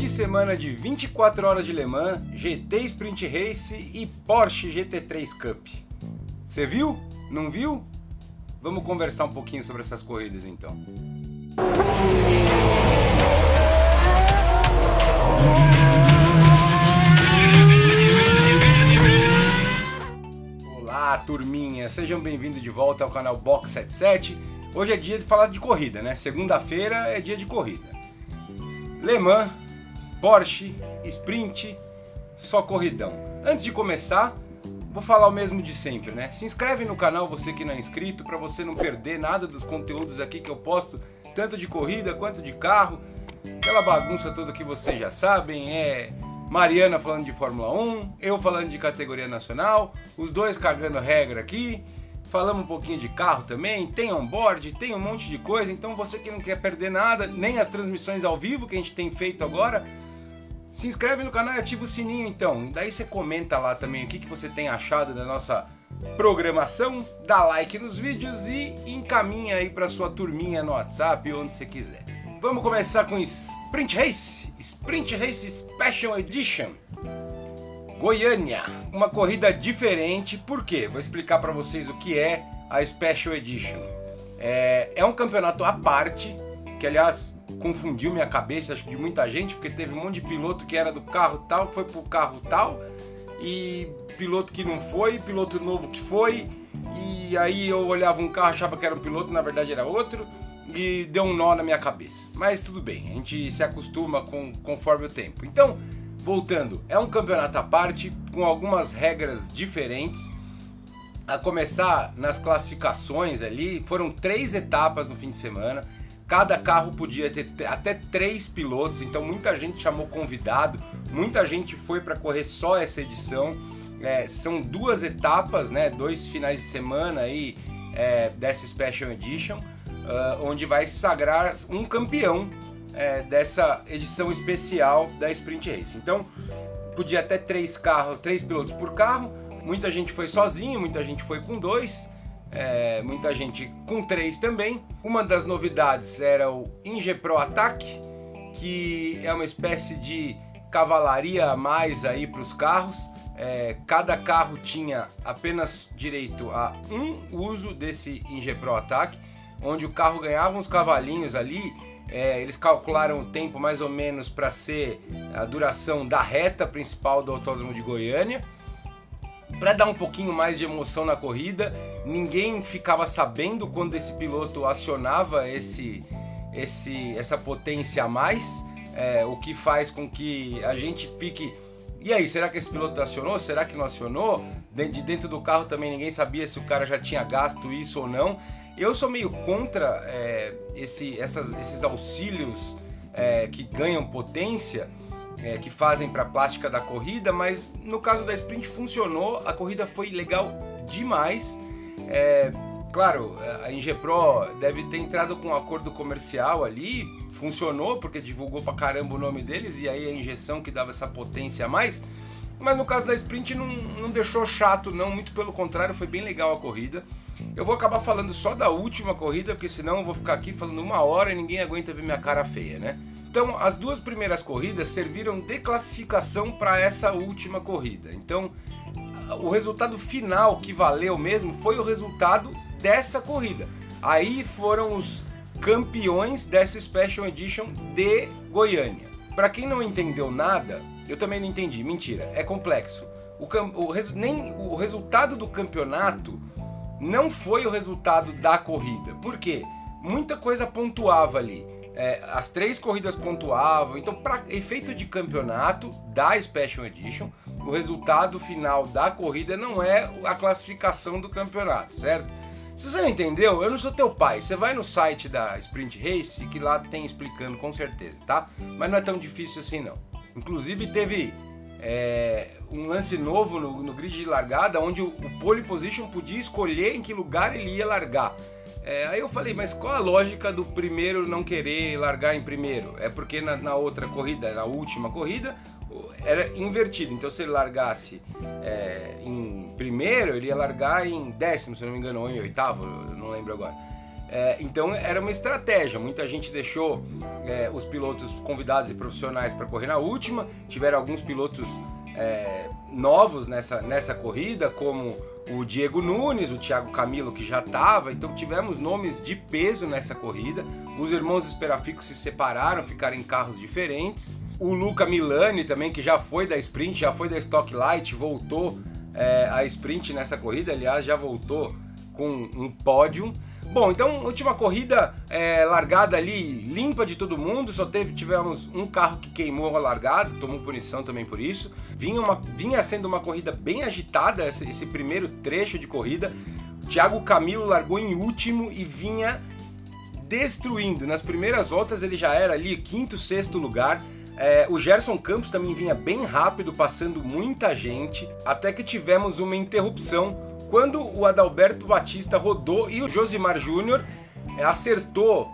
de semana de 24 horas de Le Mans, GT Sprint Race e Porsche GT3 Cup. Você viu? Não viu? Vamos conversar um pouquinho sobre essas corridas então. Olá, turminha! Sejam bem-vindos de volta ao canal Box 77. Hoje é dia de falar de corrida, né? Segunda-feira é dia de corrida. Le Mans, Porsche, Sprint, só corridão. Antes de começar, vou falar o mesmo de sempre, né? Se inscreve no canal, você que não é inscrito, para você não perder nada dos conteúdos aqui que eu posto, tanto de corrida quanto de carro. Aquela bagunça toda que vocês já sabem, é Mariana falando de Fórmula 1, eu falando de categoria nacional, os dois cagando regra aqui. Falamos um pouquinho de carro também, tem on-board, tem um monte de coisa, então você que não quer perder nada, nem as transmissões ao vivo que a gente tem feito agora, se inscreve no canal e ativa o sininho então. E daí você comenta lá também o que você tem achado da nossa programação, dá like nos vídeos e encaminha aí para sua turminha no WhatsApp, onde você quiser. Vamos começar com Sprint Race Special Edition. Goiânia, uma corrida diferente, por quê? Vou explicar para vocês o que é a Special Edition. É um campeonato à parte, que aliás confundiu minha cabeça, acho que de muita gente, porque teve um monte de piloto que era do carro tal, foi pro carro tal, e piloto que não foi, piloto novo que foi, e aí eu olhava um carro, achava que era um piloto, na verdade era outro, e deu um nó na minha cabeça. Mas tudo bem, a gente se acostuma conforme o tempo. Então, voltando, é um campeonato à parte, com algumas regras diferentes. A começar nas classificações ali, foram 3 etapas no fim de semana. Cada carro podia ter até 3 pilotos, então muita gente chamou convidado, muita gente foi para correr só essa edição. São 2 etapas, né, 2 finais de semana aí, dessa Special Edition, onde vai se sagrar um campeão dessa edição especial da Sprint Race. Então, podia até 3 pilotos por carro, muita gente foi sozinho, muita gente foi com 2, muita gente com 3 também. Uma das novidades era o IngePro Attack, que é uma espécie de cavalaria a mais aí para os carros. Cada carro tinha apenas direito a um uso desse IngePro Attack, onde o carro ganhava uns cavalinhos ali. Eles calcularam o tempo mais ou menos para ser a duração da reta principal do Autódromo de Goiânia, para dar um pouquinho mais de emoção na corrida. Ninguém ficava sabendo quando esse piloto acionava essa potência a mais, o que faz com que a gente fique... E aí, será que esse piloto acionou? Será que não acionou? De dentro do carro também ninguém sabia se o cara já tinha gasto isso ou não. Eu sou meio contra esses auxílios que ganham potência, que fazem para a plástica da corrida, mas no caso da Sprint funcionou, a corrida foi legal demais. Claro, a IngePro deve ter entrado com um acordo comercial ali, funcionou porque divulgou pra caramba o nome deles e aí a injeção que dava essa potência a mais. Mas no caso da Sprint não deixou chato não, muito pelo contrário, foi bem legal a corrida. Eu vou acabar falando só da última corrida, porque senão eu vou ficar aqui falando 1 hora e ninguém aguenta ver minha cara feia, né? Então, as 2 primeiras corridas serviram de classificação para essa última corrida. Então, o resultado final que valeu mesmo foi o resultado dessa corrida. Aí foram os campeões dessa Special Edition de Goiânia. Para quem não entendeu nada, eu também não entendi, mentira, é complexo. O resultado do campeonato não foi o resultado da corrida. Por quê? Muita coisa pontuava ali. As 3 corridas pontuavam. Então, para efeito de campeonato da Special Edition, o resultado final da corrida não é a classificação do campeonato, certo? Se você não entendeu, eu não sou teu pai. Você vai no site da Sprint Race, que lá tem explicando com certeza, tá? Mas não é tão difícil assim não. Inclusive teve um lance novo no grid de largada, onde o pole position podia escolher em que lugar ele ia largar. Aí eu falei, mas qual a lógica do primeiro não querer largar em primeiro? É porque na outra corrida, na última corrida, era invertido. Então se ele largasse em primeiro, ele ia largar em 10º, se eu não me engano, ou em 8º, não lembro agora. Então era uma estratégia, muita gente deixou os pilotos convidados e profissionais para correr na última, tiveram alguns pilotos novos nessa corrida, como o Diego Nunes, o Thiago Camilo, que já estava, então tivemos nomes de peso nessa corrida. Os irmãos Esperafico se separaram, ficaram em carros diferentes. O Luca Milani também, que já foi da Sprint, já foi da Stock Light, voltou a Sprint nessa corrida, aliás, já voltou com um pódio. Bom, então, última corrida largada ali, limpa de todo mundo, tivemos um carro que queimou a largada, tomou punição também por isso. Vinha sendo uma corrida bem agitada, esse primeiro trecho de corrida. O Thiago Camilo largou em último e vinha destruindo. Nas primeiras voltas ele já era ali quinto, sexto lugar. O Gerson Campos também vinha bem rápido, passando muita gente, até que tivemos uma interrupção quando o Adalberto Batista rodou e o Josimar Júnior acertou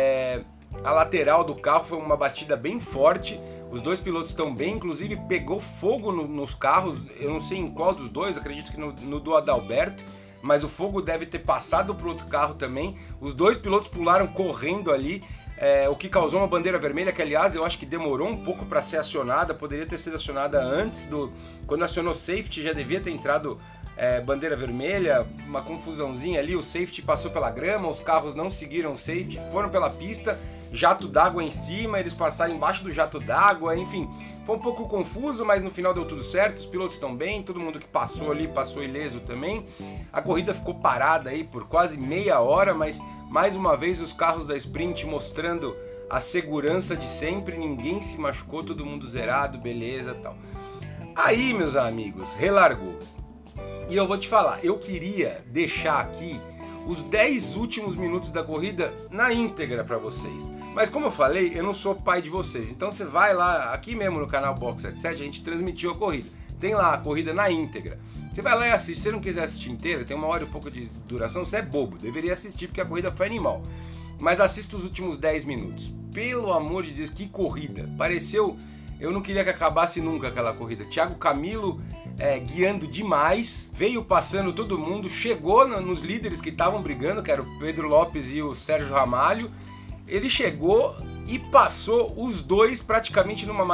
a lateral do carro. Foi uma batida bem forte, os dois pilotos estão bem, inclusive pegou fogo nos carros, eu não sei em qual dos dois, acredito que no do Adalberto, mas o fogo deve ter passado para o outro carro também. Os dois pilotos pularam correndo ali, o que causou uma bandeira vermelha, que aliás eu acho que demorou um pouco para ser acionada, poderia ter sido acionada antes quando acionou safety, já devia ter entrado bandeira vermelha, uma confusãozinha ali. O safety passou pela grama, os carros não seguiram o safety, foram pela pista, jato d'água em cima, eles passaram embaixo do jato d'água, enfim, foi um pouco confuso, mas no final deu tudo certo, os pilotos estão bem, todo mundo que passou ali passou ileso também. A corrida ficou parada aí por quase meia hora, mas mais uma vez os carros da Sprint mostrando a segurança de sempre, ninguém se machucou, todo mundo zerado, beleza, tal. Aí, meus amigos, relargou. E eu vou te falar, eu queria deixar aqui os 10 últimos minutos da corrida na íntegra para vocês. Mas como eu falei, eu não sou pai de vocês. Então você vai lá, aqui mesmo no canal Box 77, a gente transmitiu a corrida. Tem lá a corrida na íntegra. Você vai lá e assiste. Se você não quiser assistir inteira, tem 1 hora e pouco de duração, você é bobo. Deveria assistir porque a corrida foi animal. Mas assista os últimos 10 minutos. Pelo amor de Deus, que corrida. Pareceu... Eu não queria que acabasse nunca aquela corrida. Thiago Camilo guiando demais, veio passando todo mundo, chegou nos líderes que estavam brigando, que era o Pedro Lopes e o Sérgio Ramalho. Ele chegou e passou os dois praticamente numa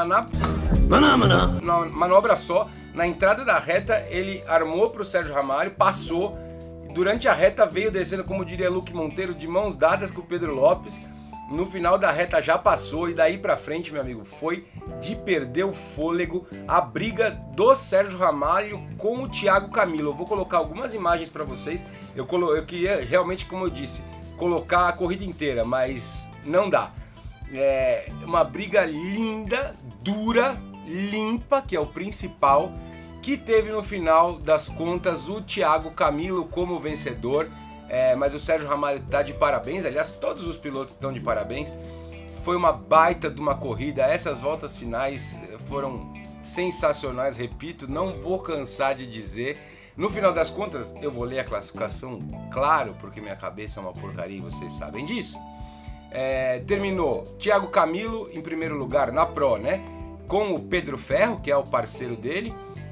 manobra só. Na entrada da reta, ele armou para o Sérgio Ramalho, passou. Durante a reta veio descendo, como diria Luque Monteiro, de mãos dadas com o Pedro Lopes. No final da reta já passou e daí pra frente, meu amigo, foi de perder o fôlego. A briga do Sérgio Ramalho com o Thiago Camilo. Eu vou colocar algumas imagens pra vocês. Eu queria realmente, como eu disse, colocar a corrida inteira, mas não dá. É uma briga linda, dura, limpa, que é o principal, que teve no final das contas o Thiago Camilo como vencedor. Mas o Sérgio Ramalho está de parabéns, aliás, todos os pilotos estão de parabéns. Foi uma baita de uma corrida, essas voltas finais foram sensacionais, repito, não vou cansar de dizer. No final das contas, eu vou ler a classificação, claro, porque minha cabeça é uma porcaria e vocês sabem disso. Terminou Thiago Camilo em primeiro lugar na Pro, né? Com o Pedro Ferro, que é o parceiro dele.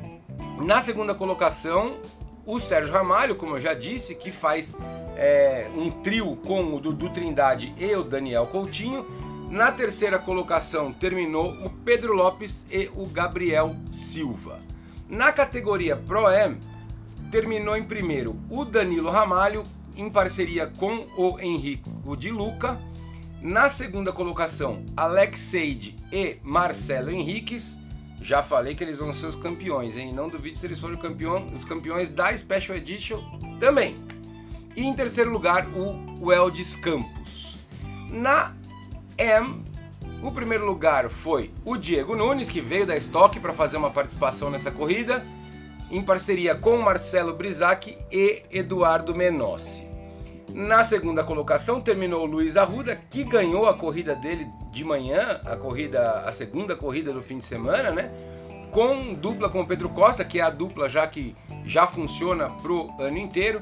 Na segunda colocação, o Sérgio Ramalho, como eu já disse, que faz um trio com o Dudu Trindade e o Daniel Coutinho. Na terceira colocação terminou o Pedro Lopes e o Gabriel Silva. Na categoria Pro-Am, terminou em primeiro o Danilo Ramalho, em parceria com o Henrico de Luca. Na segunda colocação, Alex Seide e Marcelo Henriques. Já falei que eles vão ser os campeões, hein? Não duvide se eles forem os campeões da Special Edition também. E em terceiro lugar, o Eldis Campos. Na M, o primeiro lugar foi o Diego Nunes, que veio da Stock para fazer uma participação nessa corrida, em parceria com Marcelo Brisac e Eduardo Menossi. Na segunda colocação terminou o Luiz Arruda, que ganhou a corrida dele de manhã, a segunda corrida do fim de semana, né? Com dupla com o Pedro Costa, que é a dupla que já funciona pro ano inteiro.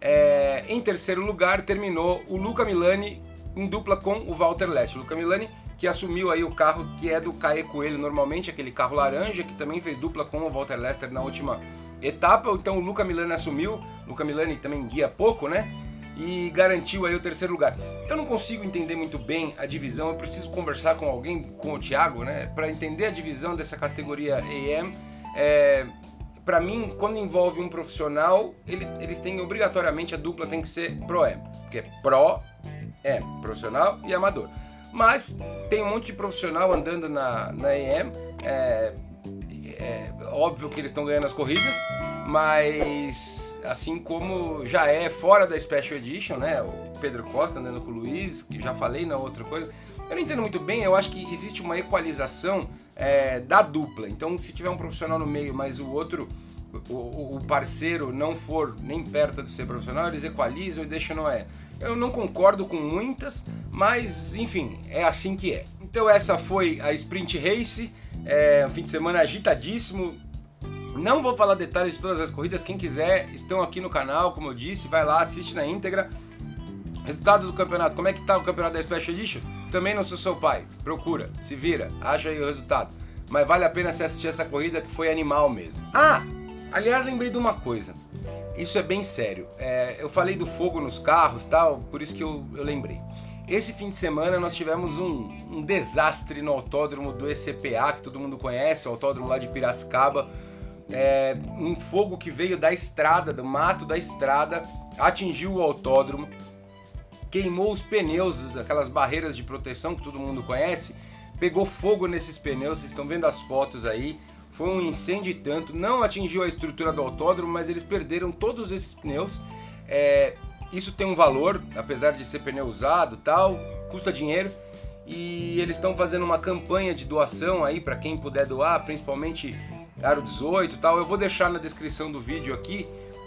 Em terceiro lugar terminou o Luca Milani em dupla com o Walter Leste. O Luca Milani, que assumiu aí o carro que é do Caê Coelho normalmente, aquele carro laranja, que também fez dupla com o Walter Lester na última etapa. Então o Luca Milani assumiu. O Luca Milani também guia pouco, né? e garantiu aí o terceiro lugar. Eu não consigo entender muito bem a divisão, eu preciso conversar com alguém, com o Thiago, né, para entender a divisão dessa categoria AM. Para mim, quando envolve um profissional, eles têm obrigatoriamente, a dupla tem que ser Pro-Am, porque é Pro-Am, profissional e amador. Mas tem um monte de profissional andando na AM, óbvio que eles estão ganhando as corridas, mas assim como já é fora da Special Edition, né? O Pedro Costa andando com o Luiz, que já falei na outra coisa. Eu não entendo muito bem, eu acho que existe uma equalização da dupla. Então, se tiver um profissional no meio, mas o outro, o parceiro não for nem perto de ser profissional, eles equalizam e deixam no AM. Eu não concordo com muitas, mas enfim, é assim que é. Então essa foi a Sprint Race, um fim de semana agitadíssimo. Não vou falar detalhes de todas as corridas, quem quiser estão aqui no canal, como eu disse, vai lá, assiste na íntegra. Resultado do campeonato, como é que tá o campeonato da Special Edition? Também não sou seu pai, procura, se vira, acha aí o resultado. Mas vale a pena você assistir essa corrida que foi animal mesmo. Ah, aliás, lembrei de uma coisa. Isso é bem sério. Eu falei do fogo nos carros e tal, por isso que eu lembrei. Esse fim de semana nós tivemos um desastre no autódromo do ECPA, que todo mundo conhece, o autódromo lá de Piracicaba. Um fogo que veio da estrada, do mato da estrada, atingiu o autódromo, queimou os pneus, aquelas barreiras de proteção que todo mundo conhece, pegou fogo nesses pneus, vocês estão vendo as fotos aí. Foi um incêndio e tanto, não atingiu a estrutura do autódromo, mas eles perderam todos esses pneus. Isso tem um valor, apesar de ser pneu usado e tal, custa dinheiro. E eles estão fazendo uma campanha de doação aí para quem puder doar, principalmente Aro 18 e tal. Eu vou deixar na descrição do vídeo aqui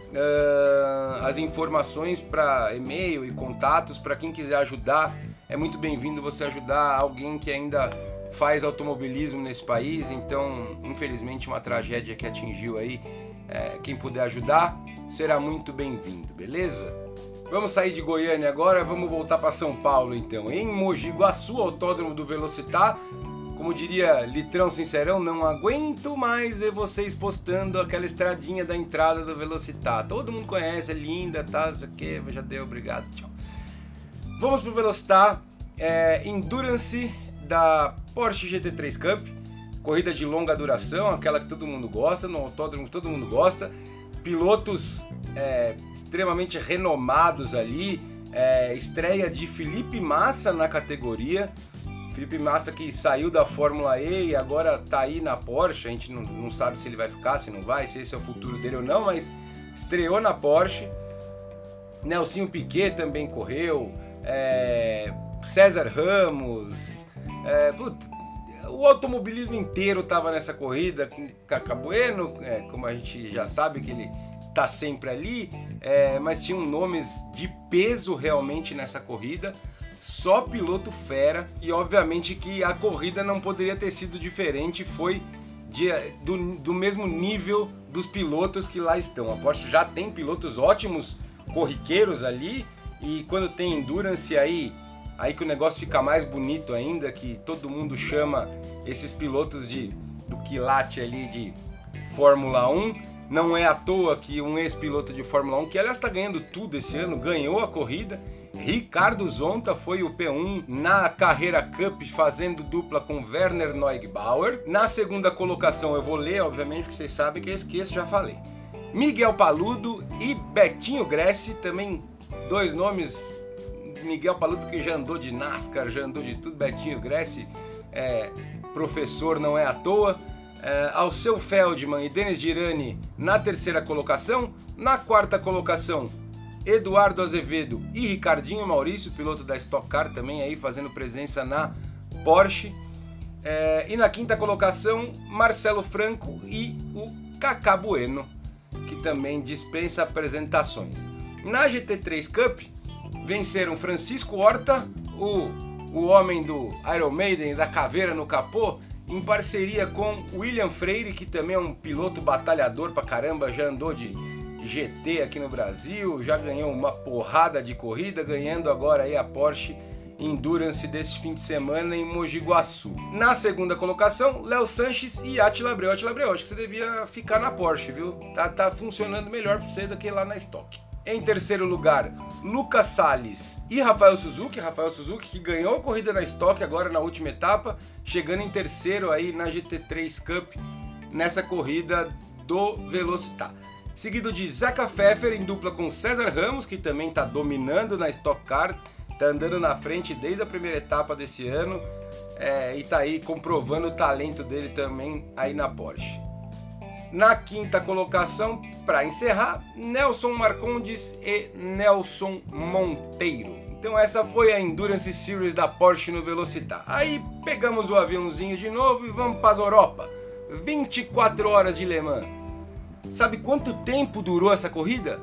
as informações para e-mail e contatos para quem quiser ajudar. É muito bem-vindo você ajudar alguém que ainda faz automobilismo nesse país, então infelizmente uma tragédia que atingiu aí, quem puder ajudar será muito bem-vindo, beleza? Vamos sair de Goiânia agora, vamos voltar para São Paulo então. Em Mogi Guaçu, autódromo do Velocitar, como diria Litrão Sincerão, não aguento mais ver vocês postando aquela estradinha da entrada do Velocitar. Todo mundo conhece, é linda, tá, isso aqui, já deu, obrigado, tchau. Vamos pro Velocitar, Endurance da Porsche GT3 Cup, corrida de longa duração, aquela que todo mundo gosta, no autódromo que todo mundo gosta, pilotos extremamente renomados ali, estreia de Felipe Massa na categoria, Felipe Massa que saiu da Fórmula E e agora tá aí na Porsche, a gente não sabe se ele vai ficar, se não vai, se esse é o futuro dele ou não, mas estreou na Porsche. Nelsinho Piquet também correu, César Ramos, o automobilismo inteiro estava nessa corrida, com Cacá Bueno, como a gente já sabe que ele tá sempre ali, mas tinham nomes de peso realmente nessa corrida, só piloto fera, e obviamente que a corrida não poderia ter sido diferente, foi do mesmo nível dos pilotos que lá estão. A Porsche já tem pilotos ótimos, corriqueiros ali, e quando tem endurance aí que o negócio fica mais bonito ainda, que todo mundo chama esses pilotos do quilate ali de Fórmula 1. Não é à toa que um ex-piloto de Fórmula 1, que aliás está ganhando tudo esse ano, ganhou a corrida. Ricardo Zonta foi o P1 na Carreira Cup, fazendo dupla com Werner Neugebauer. Na segunda colocação, eu vou ler, obviamente, porque vocês sabem que eu esqueço, já falei. Miguel Paludo e Betinho Gressi, também dois nomes. Miguel Paludo que já andou de NASCAR, já andou de tudo. Betinho Gressi, professor, não é à toa. Alceu Feldman e Denis Girani na terceira colocação. Na quarta colocação, Eduardo Azevedo e Ricardinho Maurício, piloto da Stock Car, também aí fazendo presença na Porsche. E na quinta colocação, Marcelo Franco e o Cacá Bueno, que também dispensa apresentações. Na GT3 Cup, venceram Francisco Horta, o homem do Iron Maiden, da caveira no capô, em parceria com William Freire, que também é um piloto batalhador pra caramba, já andou de GT aqui no Brasil, já ganhou uma porrada de corrida, ganhando agora aí a Porsche Endurance desse fim de semana em Mogi Guaçu. Na segunda colocação, Léo Sanches e Attila Abreu. Attila Abreu, acho que você devia ficar na Porsche, viu? Tá funcionando melhor pra você do que lá na Stock. Em terceiro lugar, Lucas Salles e Rafael Suzuki. Rafael Suzuki que ganhou a corrida da Stock agora na última etapa, chegando em terceiro aí na GT3 Cup, nessa corrida do Velocitar. Seguido de Zeca Pfeffer em dupla com César Ramos, que também está dominando na Stock Car, está andando na frente desde a primeira etapa desse ano, e está aí comprovando o talento dele também aí na Porsche. Na quinta colocação, para encerrar, Nelson Marcondes e Nelson Monteiro. Então essa foi a Endurance Series da Porsche no Velocitar. Aí pegamos o aviãozinho de novo e vamos para a Europa. 24 horas de Le Mans. Sabe quanto tempo durou essa corrida?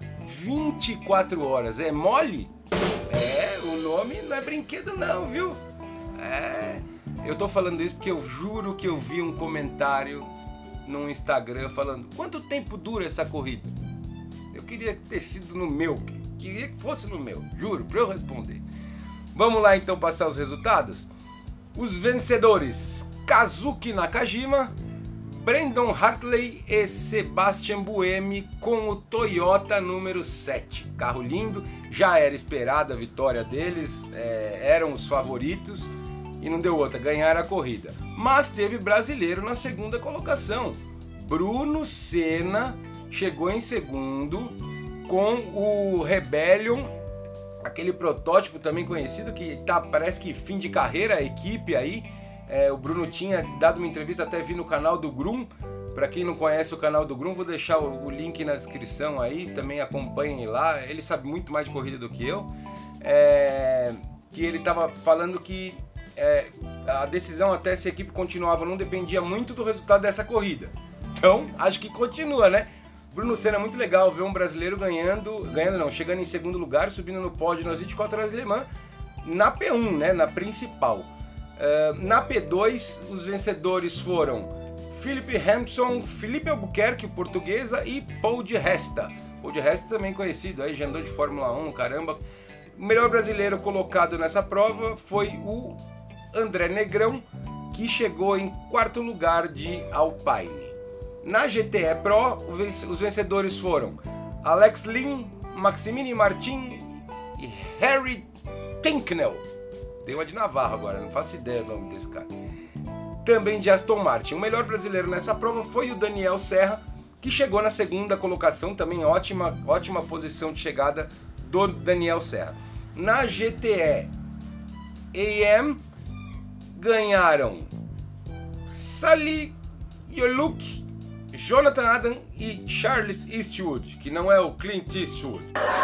24 horas. É mole? O nome não é brinquedo não, viu? Eu tô falando isso porque eu juro que eu vi um comentário no Instagram falando: quanto tempo dura essa corrida? Eu queria ter sido no meu, queria que fosse no meu, juro, para eu responder. Vamos lá então passar os resultados? Os vencedores: Kazuki Nakajima, Brandon Hartley e Sebastian Buemi com o Toyota número 7. Carro lindo, já era esperada a vitória deles, eram os favoritos e não deu outra, ganharam a corrida. Mas teve brasileiro na segunda colocação. Bruno Senna chegou em segundo com o Rebellion, aquele protótipo também conhecido que tá, parece que fim de carreira, a equipe aí. O Bruno tinha dado uma entrevista, até vi no canal do Grum. Para quem não conhece o canal do Grum, vou deixar o link na descrição aí, também acompanhem lá. Ele sabe muito mais de corrida do que eu. Que ele estava falando que a decisão até se a equipe continuava não dependia muito do resultado dessa corrida. Então, acho que continua, né? Bruno Senna, muito legal ver um brasileiro chegando em segundo lugar, subindo no pódio nas 24 horas de Le Mans, na P1, né, na principal. Na P2, os vencedores foram Felipe Hampson, Felipe Albuquerque, portuguesa, e Paul de Resta. Paul de Resta também conhecido, aí já andou de Fórmula 1, caramba. O melhor brasileiro colocado nessa prova foi o André Negrão, que chegou em quarto lugar de Alpine. Na GTE Pro, os vencedores foram Alex Lin, Maximilian Martin e Harry Tinknell. Dei uma de Navarro agora, não faço ideia do nome desse cara. Também de Aston Martin. O melhor brasileiro nessa prova foi o Daniel Serra, que chegou na segunda colocação, também ótima posição de chegada do Daniel Serra. Na GTE AM ganharam Sally Yoluk, Jonathan Adam e Charles Eastwood, que não é o Clint Eastwood.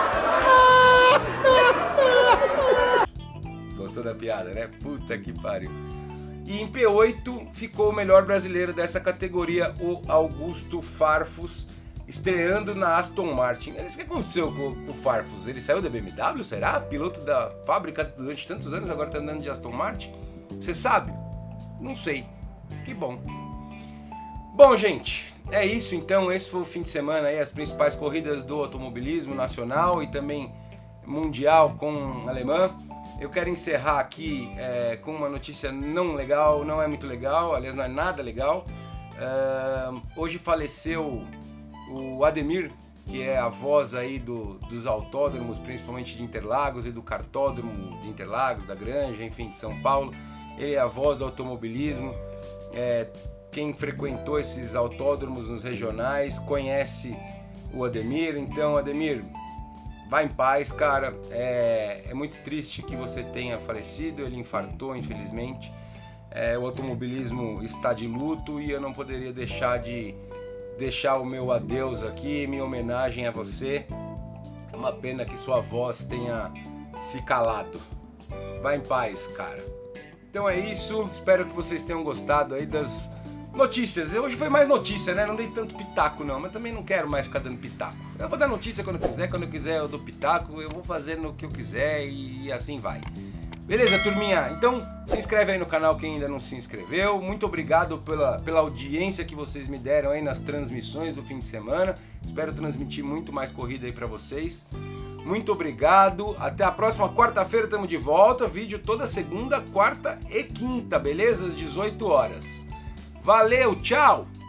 Gostou da piada, né? Puta que pariu. E em P8 ficou o melhor brasileiro dessa categoria, o Augusto Farfus, estreando na Aston Martin. O que aconteceu com o Farfus? Ele saiu da BMW, será? Piloto da fábrica durante tantos anos, agora tá andando de Aston Martin? Você sabe? Não sei. Que bom. Bom, gente, é isso então. Esse foi o fim de semana aí, as principais corridas do automobilismo nacional e também mundial com alemã. Eu quero encerrar aqui com uma notícia não legal, não é muito legal, aliás não é nada legal. Hoje faleceu o Ademir, que é a voz aí dos autódromos, principalmente de Interlagos e do cartódromo de Interlagos, da Granja, enfim, de São Paulo. Ele é a voz do automobilismo. Quem frequentou esses autódromos nos regionais conhece o Ademir. Então, Ademir, vá em paz, cara. É muito triste que você tenha falecido. Ele infartou, infelizmente. O automobilismo está de luto e eu não poderia deixar o meu adeus aqui, minha homenagem a você. É uma pena que sua voz tenha se calado. Vá em paz, cara. Então é isso. Espero que vocês tenham gostado aí das notícias. Hoje foi mais notícia, né? Não dei tanto pitaco não, mas também não quero mais ficar dando pitaco. Eu vou dar notícia quando eu quiser eu dou pitaco, eu vou fazendo o que eu quiser e assim vai. Beleza, turminha? Então se inscreve aí no canal quem ainda não se inscreveu. Muito obrigado pela audiência que vocês me deram aí nas transmissões do fim de semana. Espero transmitir muito mais corrida aí pra vocês. Muito obrigado. Até a próxima quarta-feira, estamos de volta. Vídeo toda segunda, quarta e quinta, beleza? Às 18 horas. Valeu, tchau!